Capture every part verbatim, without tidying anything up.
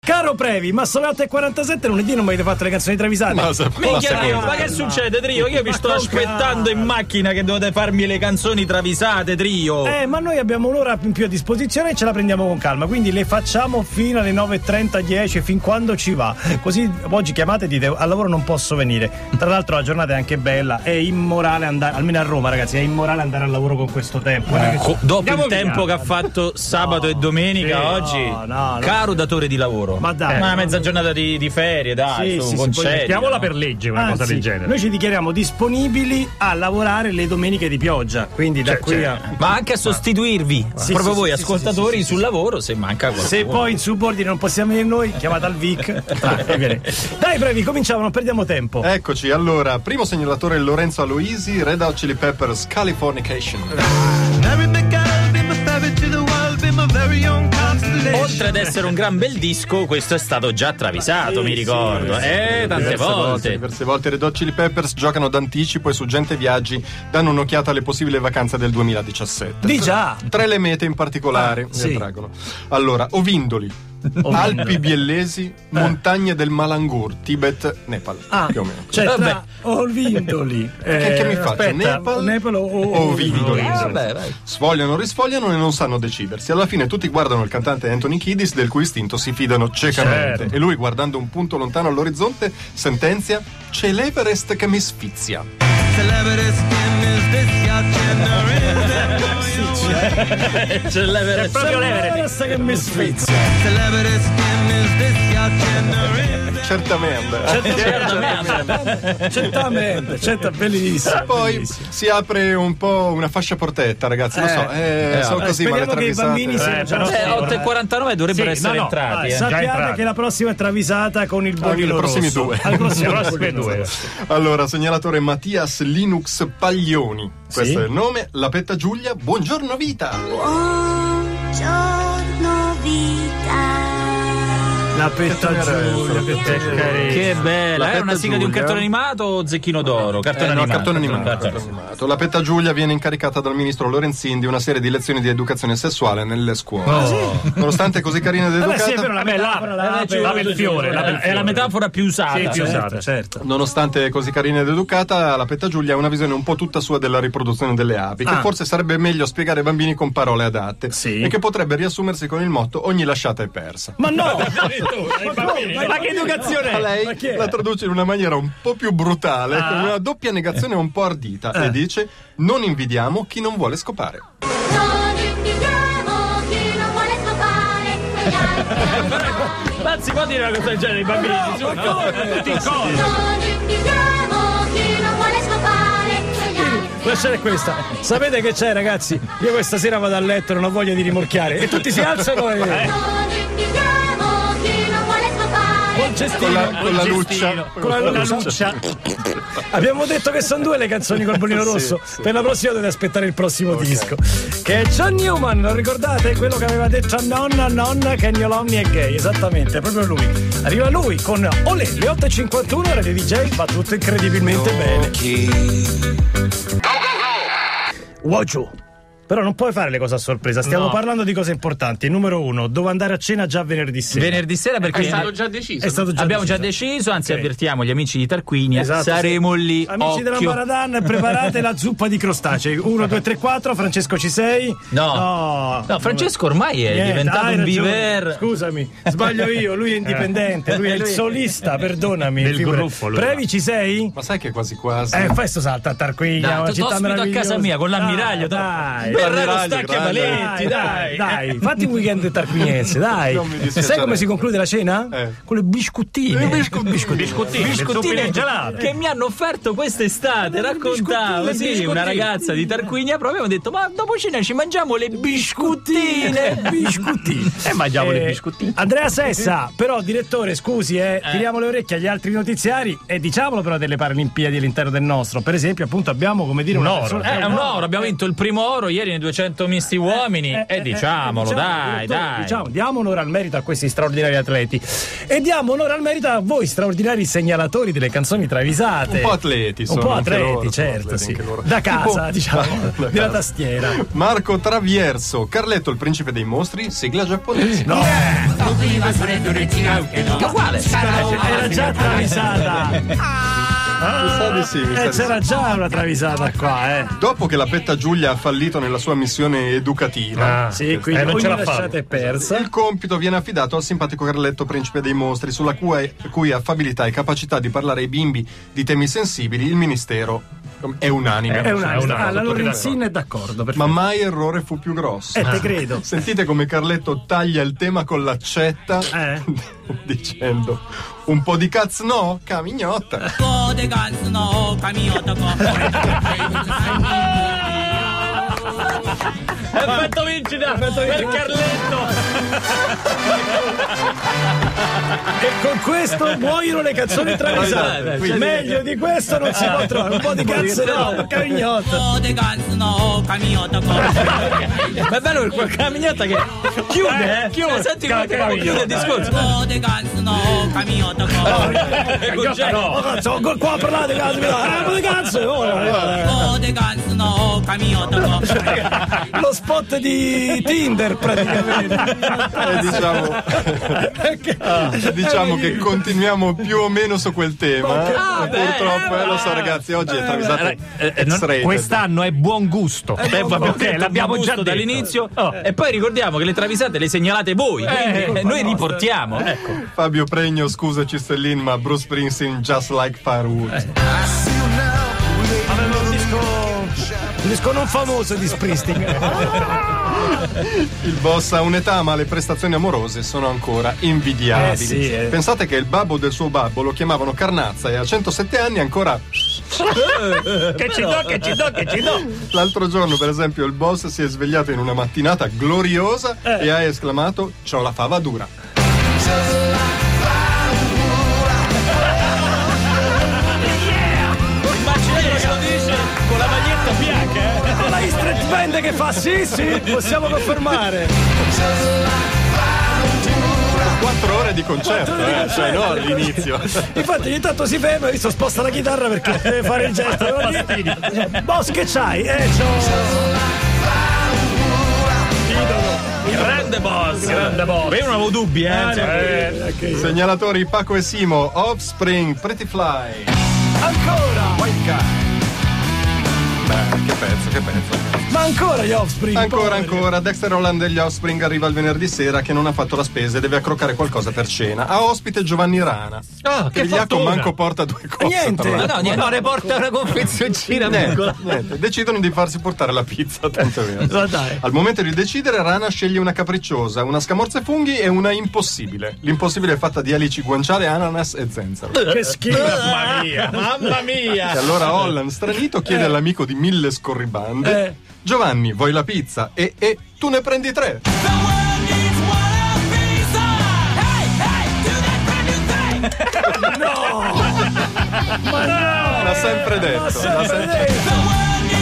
Caro Previ, ma sono le otto e quarantasette, lunedì non mi avete fatto le canzoni travisate. Ma, se, Minchia, ma, Trio, ma che succede, Trio? Io vi sto aspettando in macchina che dovete farmi le canzoni travisate, Trio. Eh, ma noi abbiamo un'ora in più a disposizione e ce la prendiamo con calma, quindi le facciamo fino alle nove e trenta, dieci, fin quando ci va. Così oggi chiamate e dite al lavoro non posso venire. Tra l'altro la giornata è anche bella, è immorale andare, almeno a Roma ragazzi, è immorale andare al lavoro con questo tempo. Eh, co- dopo Andiamo il via. tempo che ha fatto sabato No, e domenica sì, oggi, no, no, no. caro datore di lavoro. Ma dai, ma no, una mezza giornata di, di ferie, dai, Sì, su, sì, sì, concedi. poi Mettiamola no? per legge una Anzi, cosa del genere. noi ci dichiariamo disponibili a lavorare le domeniche di pioggia, quindi da Cioè, qui cioè, a... Ma anche a sostituirvi, Sì, proprio sì, voi sì, sì, ascoltatori sì, sì, sì, sul sì. lavoro, se manca qualcuno. Se poi in subordine non possiamo venire noi, chiamate al Vic. Ah, e viene. Dai Previ, cominciamo, non perdiamo tempo. Eccoci, allora, primo segnalatore Lorenzo Aloisi, Red Hot Chili Peppers, Californication. Oltre ad essere un gran bel disco, questo è stato già travisato, Sì, mi ricordo. sì, eh, tante Diverse volte. Diverse volte Red Hot Chili Peppers giocano d'anticipo e su Gente Viaggi danno un'occhiata alle possibili vacanze del duemiladiciassette. Di già. Tre le mete in particolare Ah, mi sì. attraggono. Allora, Ovindoli, Alpi Biellesi, Montagne del Malangur, Tibet, Nepal. Ah, più o meno. cioè Vabbè. tra Ovindoli. Che- che mi faccio? Aspetta, Nepal Nepal o o Ovindoli? Eh, vabbè, vai. Sfogliano, risfogliano e non sanno decidersi. Alla fine tutti guardano il cantante Anthony Kiedis, del cui istinto si fidano ciecamente. Certo. E lui, guardando un punto lontano all'orizzonte, sentenzia: c'è l'Everest che mi sfizia. C'è l'Everest. È proprio l'Everest. L'Everest che mi sfizia. Certamente. Certamente, certamente, certamente, bellissimo. Poi bellissimo. si apre un po' una fascia protetta, ragazzi. Lo so, eh, eh, so vabbè, così, ma le speriamo che i travisate. bambini siano Eh, già però- Eh, otto e quarantanove dovrebbero Sì, essere no, no. entrati. Ah, eh. sappiate entrati. che la prossima è travisata con il bollino i prossimi rosso. due. Al prossimo Le prossime bollino due. rosso. Allora, segnalatore Mattias Linux Paglioni. Questo Sì? è il nome. La Petta Giulia, buongiorno vita. Buongiorno vita. La Petta Giulia, che carina. Che bella, La è una Petta sigla di un Giulia. cartone animato o Zecchino d'oro? Cartone Eh, no, animato. cartone animato, cartone- cartone animato. La Petta Giulia viene incaricata dal ministro Lorenzin di una serie di lezioni di educazione sessuale nelle scuole. Nonostante così carina ed Vabbè, educata, sì, è vero, la Vabbè, metafora, là, la là, metafora, là, il fiore, là, È la metafora più usata. Sì, più Certo. usata. Certo, certo. nonostante così carina ed educata, la Petta Giulia ha una visione un po' tutta sua della riproduzione delle api, che Ah. forse sarebbe meglio spiegare ai bambini con parole adatte, Sì. e che potrebbe riassumersi con il motto: ogni lasciata è persa. Ma no! Ma che educazione A è? lei Ma chi è? la traduce in una maniera un po' più brutale, Ah. con una doppia negazione un po' ardita, Eh. e dice: non invidiamo chi non vuole scopare. Non invidiamo chi non vuole scopare quegli altri. Ma si può dire una cosa del genere ai bambini? Su, Tutti in coro. Non invidiamo chi non vuole scopare quegli altri. La scena è questa. Sapete che c'è, ragazzi? Io questa sera vado a letto e non ho voglia di rimorchiare. E tutti si alzano e. Non invidiamo chi non vuole scopare. Col cestino. Con la, con la gestino. luccia. Con la luccia. Abbiamo detto che sono due le canzoni col bollino rosso. Sì, sì. Per la prossima dovete aspettare il prossimo disco. Che è John Newman, lo ricordate? Quello che aveva detto a nonna, nonna che Gnolomni è gay. Esattamente, è proprio lui. Arriva lui con Olè, le otto e cinquantuno, Radio D J, va tutto incredibilmente bene. Wojo. Però non puoi fare le cose a sorpresa, stiamo No. parlando di cose importanti. Numero uno, devo andare a cena già venerdì sera. Venerdì sera perché È stato già deciso. È stato già abbiamo già deciso. deciso, anzi Ok. avvertiamo gli amici di Tarquinia, Esatto, saremo sì. lì. Amici della occhio. Maradan, preparate la zuppa di crostacei. uno, due, tre, quattro. Francesco, ci sei? No. No, No, Francesco ormai è Niente, diventato hai un ragione. viver. Scusami, sbaglio io. Lui è indipendente, lui è il solista. Perdonami. Del figurati. gruppo, lui. Previ, ci sei? Ma sai che quasi quasi. Eh, fai sto salto a Tarquinia, Dai, una ti città ospito a meravigliosa. casa mia con l'ammiraglio. Dai, Berrero L'ammiraglio, Stacchi e grande. Valetti, dai, dai. dai, fatti un weekend tarquiniense, dai. Non mi E dispiace. sai come si conclude la cena? Eh. Con le biscottine. biscottine. Biscottini, Biscottine le gelate. che mi hanno offerto quest'estate, raccontavo, biscottine, sì, biscottine. una ragazza di Tarquinia proprio mi ha detto "Ma dopo cena ci mangiamo le biscottine". biscottine. E mangiamo le Eh, biscottine. Andrea Sessa, però direttore, scusi, eh, tiriamo le orecchie agli altri notiziari e diciamolo però delle Paralimpiadi all'interno del nostro. Per esempio, appunto, abbiamo come dire Un una oro. persona- Eh, è un oro, abbiamo vinto il primo oro ieri nei duecento misti uomini. Eh, E eh, diciamolo, eh, diciamo, dai, direttore, dai. Diciamo, diamo onore al merito a questi straordinari atleti. E diamo onore al merito a voi, straordinari segnalatori delle canzoni travisate. Un po' atleti, sono Un po' anche atleti, loro, sono certo, atleti sì. anche loro. Da casa, Tipo- diciamo, da della casa. tastiera. Marco Travierso, Carletto il principe dei mostri, sigla giapponese. No, Uguale. era già travisata. Mi sa di sì, mi sa Eh, di sì. c'era già una travisata qua, eh. Dopo che la Petta Giulia ha fallito nella sua missione educativa, Ah, Sì, quindi eh, non ogni ce l'ha lasciata fatta. è persa. il compito viene affidato al simpatico Carletto principe dei mostri, sulla cui, cui affabilità e capacità di parlare ai bimbi di temi sensibili il ministero è unanime. È una, È una- ah, la tutti Lorenzin è d'accordo. perfetto. Ma mai errore fu più grosso. Eh, te credo. Sentite come Carletto taglia il tema con l'accetta Eh? dicendo un po' di cazzo no, camignotta. Effetto vincita per Carletto. E con questo muoiono le canzoni travisate. Dai, dai, Quindi meglio di questo non si può trovare. Un po' di cazzo no, cagnotta. Ma è bello quel camignotta che chiude, eh? Chiude, senti come chiude il discorso. Con Jack. Oh, cazzo, qua qua parlate cazzo, mi dà, eh, un po' di cazzo. oh, eh. Lo spot di Tinder praticamente. E diciamo, diciamo che continuiamo più o meno su quel tema. Ah, beh, Purtroppo, eh, eh, lo so, ragazzi, oggi è travisato. Eh, eh, non- X-rated. quest'anno è buon gusto. Eh, vabbè, Abbiamo ok, detto l'abbiamo buon già gusto detto. dall'inizio. Oh. E poi ricordiamo che le travisate le segnalate voi. Quindi colpa noi nostra. riportiamo. Ecco. Fabio Pregno, scusaci Stellin, ma Bruce Springsteen just like firewood. Aveva un disco, un disco non famoso di Springsteen. Il boss ha un'età, ma le prestazioni amorose sono ancora invidiabili. Eh sì, eh. Pensate che il babbo del suo babbo lo chiamavano Carnazza e a centosette anni ancora. Che ci do, che ci do, che ci do. L'altro giorno, per esempio, il boss si è svegliato in una mattinata gloriosa e ha esclamato: c'ho la fava dura. Immaginatelo che lo dice con la maglietta bianca, eh. Con la Street Band che fa sì, sì, possiamo confermare. Quattro ore di concerto, Quattro ore di eh, cioè no concerto. all'inizio. Infatti ogni tanto si ferma e visto sposta la chitarra perché deve fare il gesto. Boss che c'hai? Eh, c'ho. Grande boss. Grande boss. Io non avevo dubbi, eh. Eh, ok. Segnalatori Paco e Simo, Offspring, Pretty Fly. Ancora! White Guy. Beh, che pezzo, che pezzo. Ma ancora gli Offspring. Ancora, poveri. ancora. Dexter Holland degli Offspring arriva il venerdì sera che non ha fatto la spesa e deve accroccare qualcosa per cena. Ha ospite Giovanni Rana. Ah, che Vigliacco fortuna. manco porta due cose. Niente. tra Ma l'altro. no, niente. No, ne porta una confezioncina piccola. Niente, niente. Decidono di farsi portare la pizza, tanto è vero. Ma dai. Al momento di decidere, Rana sceglie una capricciosa, una scamorza e funghi e una impossibile. L'impossibile è fatta di alici, guanciale, ananas e zenzero. Che schifo. Mamma mia. Mamma E mia. allora Holland, stranito, chiede all'amico di mille scorribande: Eh. Giovanni, vuoi la pizza? E, e tu ne prendi tre. L'ha sempre detto. l'ha sempre-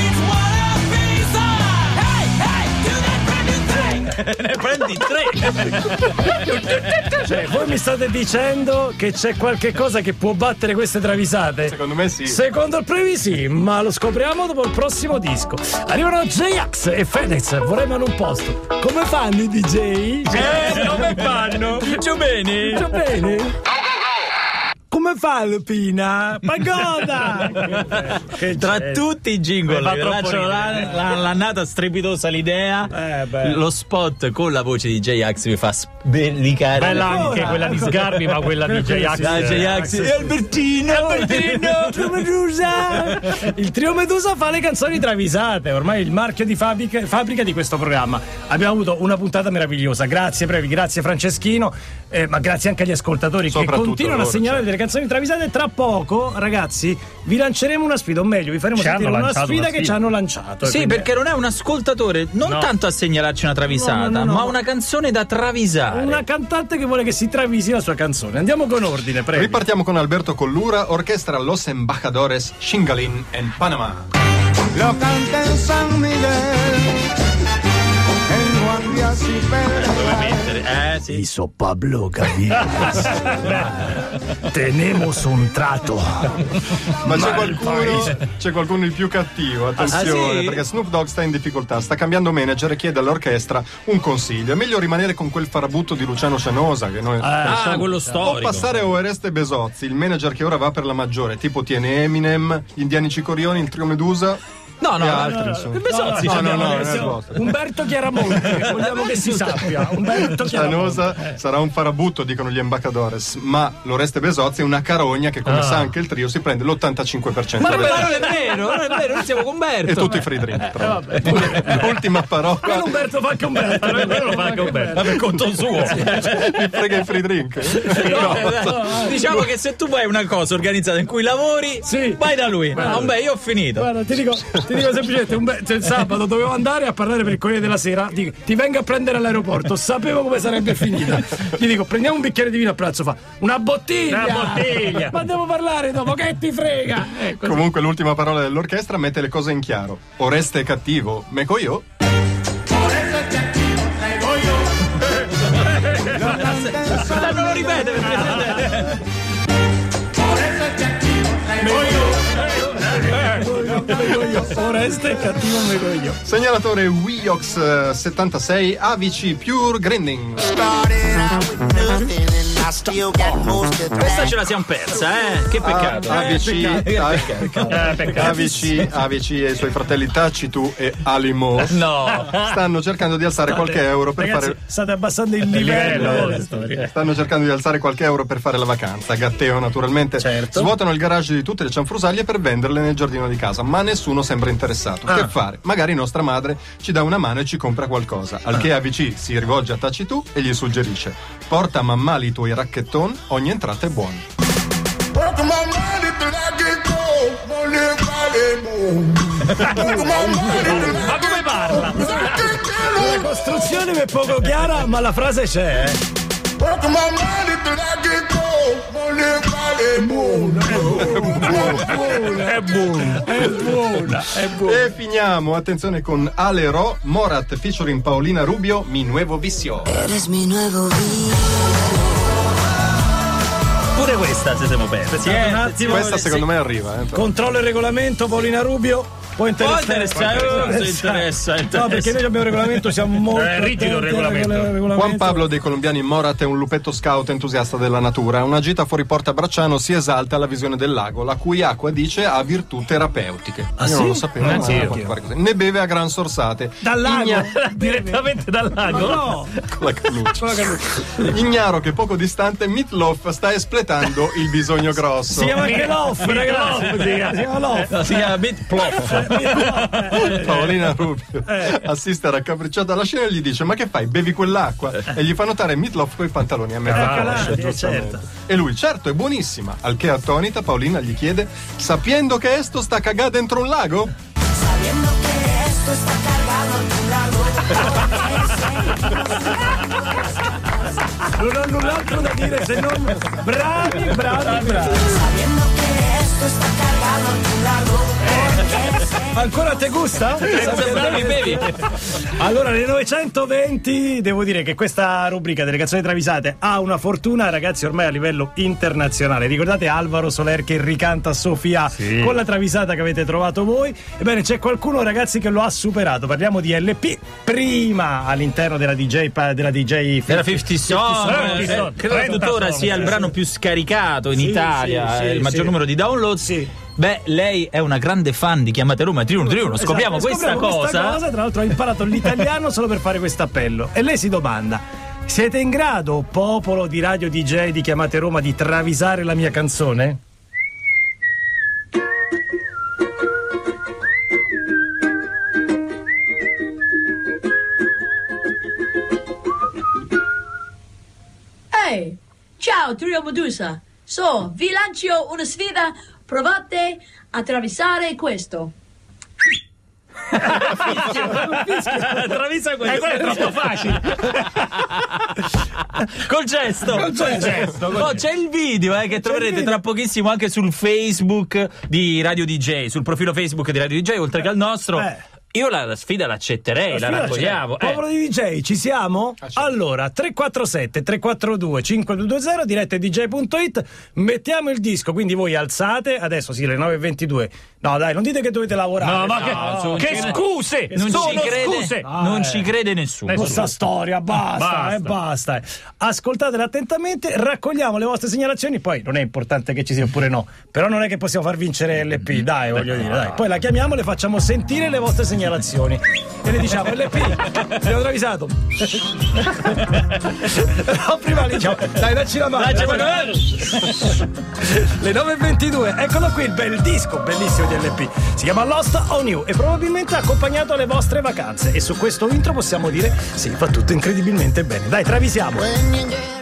Ne prendi tre. Cioè, voi mi state dicendo che c'è qualche cosa che può battere queste travisate? Secondo me sì. Secondo il Previ sì, ma lo scopriamo dopo il prossimo disco. Arrivano J-Ax e Fedez, vorremmo un posto. Come fanno i D J? Eh, come fanno? Più bene. Tutto bene? Come fa Lupina? Pagoda! Che Tra c'è? tutti i jingle, fa vi troppo lancio la- ridere. la- l'annata strepitosa l'idea. Eh, beh. Lo spot con la voce di J-Ax mi fa sbellicare. Bella Ancora? anche quella di Sgarbi, ma quella di J-Ax. Da J-Ax e Albertino. Albertino. Il trio Medusa! Il trio Medusa fa le canzoni travisate, ormai il marchio di fabbrica, fabbrica di questo programma. Abbiamo avuto una puntata meravigliosa. Grazie Previ, grazie Franceschino, eh, ma grazie anche agli ascoltatori che Soprattutto continuano loro, a segnalare certo. delle canzoni travisate. Tra poco, ragazzi, vi lanceremo una sfida, o meglio, vi faremo Ci sentire hanno una lanciato sfida una che sfida. ci hanno lanciato. Sì, quindi- perché non è un ascoltatore, non No. tanto a segnalarci una travisata, No, no, no, no. ma una canzone da travisare. una cantante che vuole che si travisi la sua canzone. Andiamo con ordine, prego. Ripartiamo con Alberto Collura, orchestra Los Embajadores, Shingalin and Panama. lo canta en San Miguel, en Guandias y Pedregal. Eh, sì. Hizo Pablo Gaviria. Tenemos un trato. Ma c'è Ma il qualcuno, paese. c'è qualcuno il più cattivo, attenzione, Ah, sì? perché Snoop Dogg sta in difficoltà, sta cambiando manager e chiede all'orchestra un consiglio. È meglio rimanere con quel farabutto di Luciano Cianosa, che noi Ah, conosciamo, quello o storico. passare a Oreste Besozzi, il manager che ora va per la maggiore, tipo tiene Eminem, gli Indiani Cicorioni, il Trio Medusa. No, no, e no, altri, no, no, insomma. no, Besozzi No, no, abbiamo no, adesso. non è vuoto. Umberto Chiaramonti, vogliamo che si sappia. Umberto Chiaramonti. Cianosa sarà un farabutto, dicono gli embacadores, ma l'Oreste Besozzi è una carogna che, come sa anche il trio, si prende l'ottantacinque per cento. Ma non, del- ma non è vero, non è vero, noi siamo con Umberto. E tutti i free drink, tra l'altro. L'ultima parola. Quello Umberto fa anche Umberto. Quello fa anche Umberto. Ma per conto suo. Mi frega i free drink. No, eh, diciamo che se tu vuoi una cosa organizzata in cui lavori, Sì. vai da lui. No, beh, io ho finito. Guarda, ti dico, ti dico semplicemente, Umberto, il sabato dovevo andare a parlare per il Corriere della Sera. Dico, ti vengo a prendere all'aeroporto. Sapevo come sarebbe finita. Gli dico, prendiamo un bicchiere di vino a pranzo. Fa una bottiglia. Una bottiglia. Ma devo parlare dopo, che ti frega? Eh, così. Comunque l'ultima parola dell'orchestra mette le cose in chiaro. Oreste è cattivo, me io. Dai, non lo ripete perché Oreste è cattivo, me lo io. Segnalatore Wiox eh, settantasei A V C Pure Grinding. questa ce la siamo persa, eh? Che peccato. A V C Eh, peccato. A V C A V C e i suoi fratelli Tacitu e Alimo No. stanno cercando di alzare qualche euro per Ragazzi, fare state abbassando il Il livello livello. della storia. Stanno cercando di alzare qualche euro per fare la vacanza. Gatteo, naturalmente. Certo. Svuotano il garage di tutte le cianfrusaglie per venderle nel giardino di casa, ma nessuno sembra interessato. Che fare? Magari nostra madre ci dà una mano e ci compra qualcosa. Al che A V C si rivolge a Tacitu e gli suggerisce: porta a mamma i tuoi racchetton, ogni entrata è buona. Ma come parla? La costruzione è poco chiara, ma la frase c'è. eh. È buono. È buona, è buona. E finiamo, attenzione, con Ale Ro, Morat featuring Paolina Rubio, Mi Nuevo Vicio. Eres mi nuevo vicio. Pure questa se siamo persi. Eh, un attimo. Questa secondo me arriva. Eh. Controllo il regolamento, Paolina Rubio. Può interessare. Può interessare, oh, se interessa, interessa. No, perché noi abbiamo il regolamento, siamo molto È rigido il attenti al regolamento. regolamento. Juan Pablo dei colombiani Morat è un lupetto scout entusiasta della natura. Una gita fuori Porta Bracciano si esalta alla visione del lago, la cui acqua, dice, ha virtù terapeutiche. Ah, Io sì? non lo sapevo, Eh, ma sì, a io. quanto pare così. Ne beve a gran sorsate. Dal lago. Igna- Direttamente dal Ma lago. no. con la cannuccia. Ignaro che poco distante Meatloaf sta espletando il bisogno grosso. Si chiama anche Loff, ragazzi. Loff, Si chiama Loff. No, si chiama Bit Plof. Paolina Rubio assiste raccapricciata alla scena e gli dice: ma che fai, bevi quell'acqua? E gli fa notare Meatloaf coi pantaloni a metà Ah, coscia, sì, giustamente. certo. E lui: certo, è buonissima. Al che attonita Paolina gli chiede: sapiendo che esto sta cagà dentro un lago? Sabiendo que esto está cargado a tu lado. Non ho null'altro da dire se non bravi, bravi, bravi. Sabiendo que esto está cargado a tu lado. Ancora te gusta? Bevi, bevi. Allora, nel novecentoventi devo dire che questa rubrica delle canzoni travisate ha una fortuna, ragazzi, ormai a livello internazionale. Ricordate Alvaro Soler che ricanta Sofia Sì. con la travisata che avete trovato voi? Ebbene, c'è qualcuno, ragazzi, che lo ha superato. Parliamo di L P, prima all'interno della D J pa- della D J Era cinquanta Song, Song, eh, Song. credo trenta tuttora Song, sia il sì, brano sì. più scaricato in Sì, Italia, sì, eh, sì, il maggior sì. numero di download. Sì. Beh, lei è una grande fan di Chiamate Roma tre uno tre uno. Scopriamo, Esatto, questa, scopriamo cosa. questa cosa. Tra l'altro ha imparato l'italiano solo per fare questo appello. E lei si domanda: siete in grado, popolo di radio D J di Chiamate Roma, di travisare la mia canzone? Ehi, ciao Trio Medusa. So, vi lancio una sfida. Provate a attraversare questo. Travisa questo. Eh, quello è troppo facile. Col gesto. Col gesto. No, c'è il video eh, che troverete tra pochissimo anche sul Facebook di Radio D J, sul profilo Facebook di Radio D J, oltre che al nostro. Eh. Io la, la sfida l'accetterei, la, la raccogliamo. Eh. Popolo di D J, ci siamo? Allora, tre quattro sette tre quattro due cinque due due zero, dirette d j punto it, mettiamo il disco, quindi voi alzate, adesso sì, le nove e ventidue. No, dai, non dite che dovete lavorare. No, ma No, che, che scuse! Non Sono ci crede, scuse! non Ah, ci eh. crede nessuno. Questa storia, basta, Basta. eh, basta. eh. Ascoltatela attentamente, raccogliamo le vostre segnalazioni, poi non è importante che ci sia oppure no, però non è che possiamo far vincere l'L P, dai, voglio dire, dai. Poi la chiamiamo, le facciamo sentire le vostre segnalazioni e le diciamo L P, ti ho travisato. No, prima le diciamo, dai, dacci la mano. Dacci dai, la mano. Le nove e ventidue, eccolo qui il bel disco, bellissimo di L P. Si chiama Lost on You e probabilmente ha accompagnato alle vostre vacanze. E su questo intro possiamo dire: sì, fa tutto incredibilmente bene. Dai, travisiamo. When you get